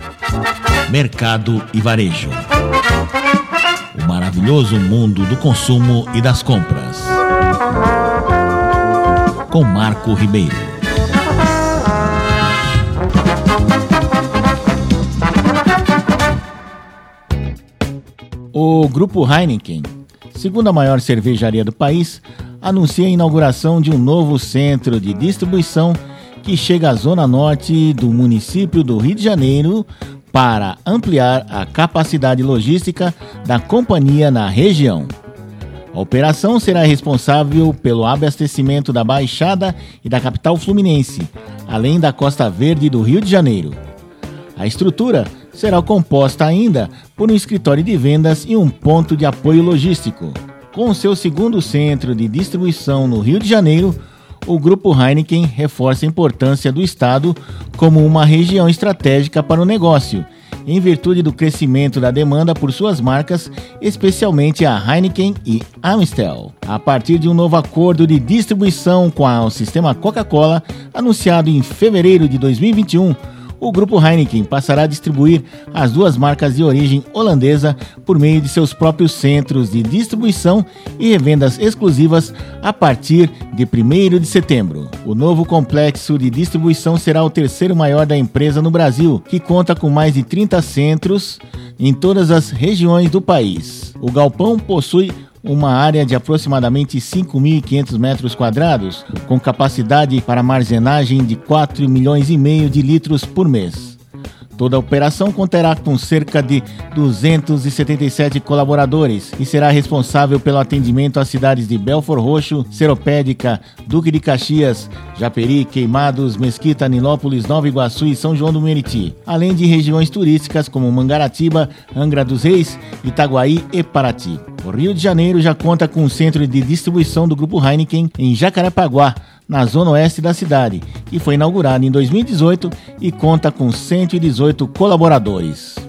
Mercado e Varejo. O maravilhoso mundo do consumo e das compras. Com Marco Ribeiro. O Grupo Heineken, segunda maior cervejaria do país, anuncia a inauguração de um novo centro de distribuição que chega à zona norte do município do Rio de Janeiro para ampliar a capacidade logística da companhia na região. A operação será responsável pelo abastecimento da Baixada e da capital fluminense, além da Costa Verde do Rio de Janeiro. A estrutura será composta ainda por um escritório de vendas e um ponto de apoio logístico. Com seu segundo centro de distribuição no Rio de Janeiro, o Grupo Heineken reforça a importância do estado como uma região estratégica para o negócio, em virtude do crescimento da demanda por suas marcas, especialmente a Heineken e Amstel. A partir de um novo acordo de distribuição com o sistema Coca-Cola, anunciado em fevereiro de 2021, o Grupo Heineken passará a distribuir as duas marcas de origem holandesa por meio de seus próprios centros de distribuição e revendas exclusivas a partir de 1º de setembro. O novo complexo de distribuição será o terceiro maior da empresa no Brasil, que conta com mais de 30 centros em todas as regiões do país. O galpão possui uma área de aproximadamente 5.500 metros quadrados, com capacidade para armazenagem de 4,5 milhões de litros por mês. Toda a operação conterá com cerca de 277 colaboradores e será responsável pelo atendimento às cidades de Belford Roxo, Seropédica, Duque de Caxias, Japeri, Queimados, Mesquita, Nilópolis, Nova Iguaçu e São João do Meriti, além de regiões turísticas como Mangaratiba, Angra dos Reis, Itaguaí e Paraty. O Rio de Janeiro já conta com um centro de distribuição do Grupo Heineken em Jacarepaguá, na zona oeste da cidade, que foi inaugurado em 2018 e conta com 118 colaboradores.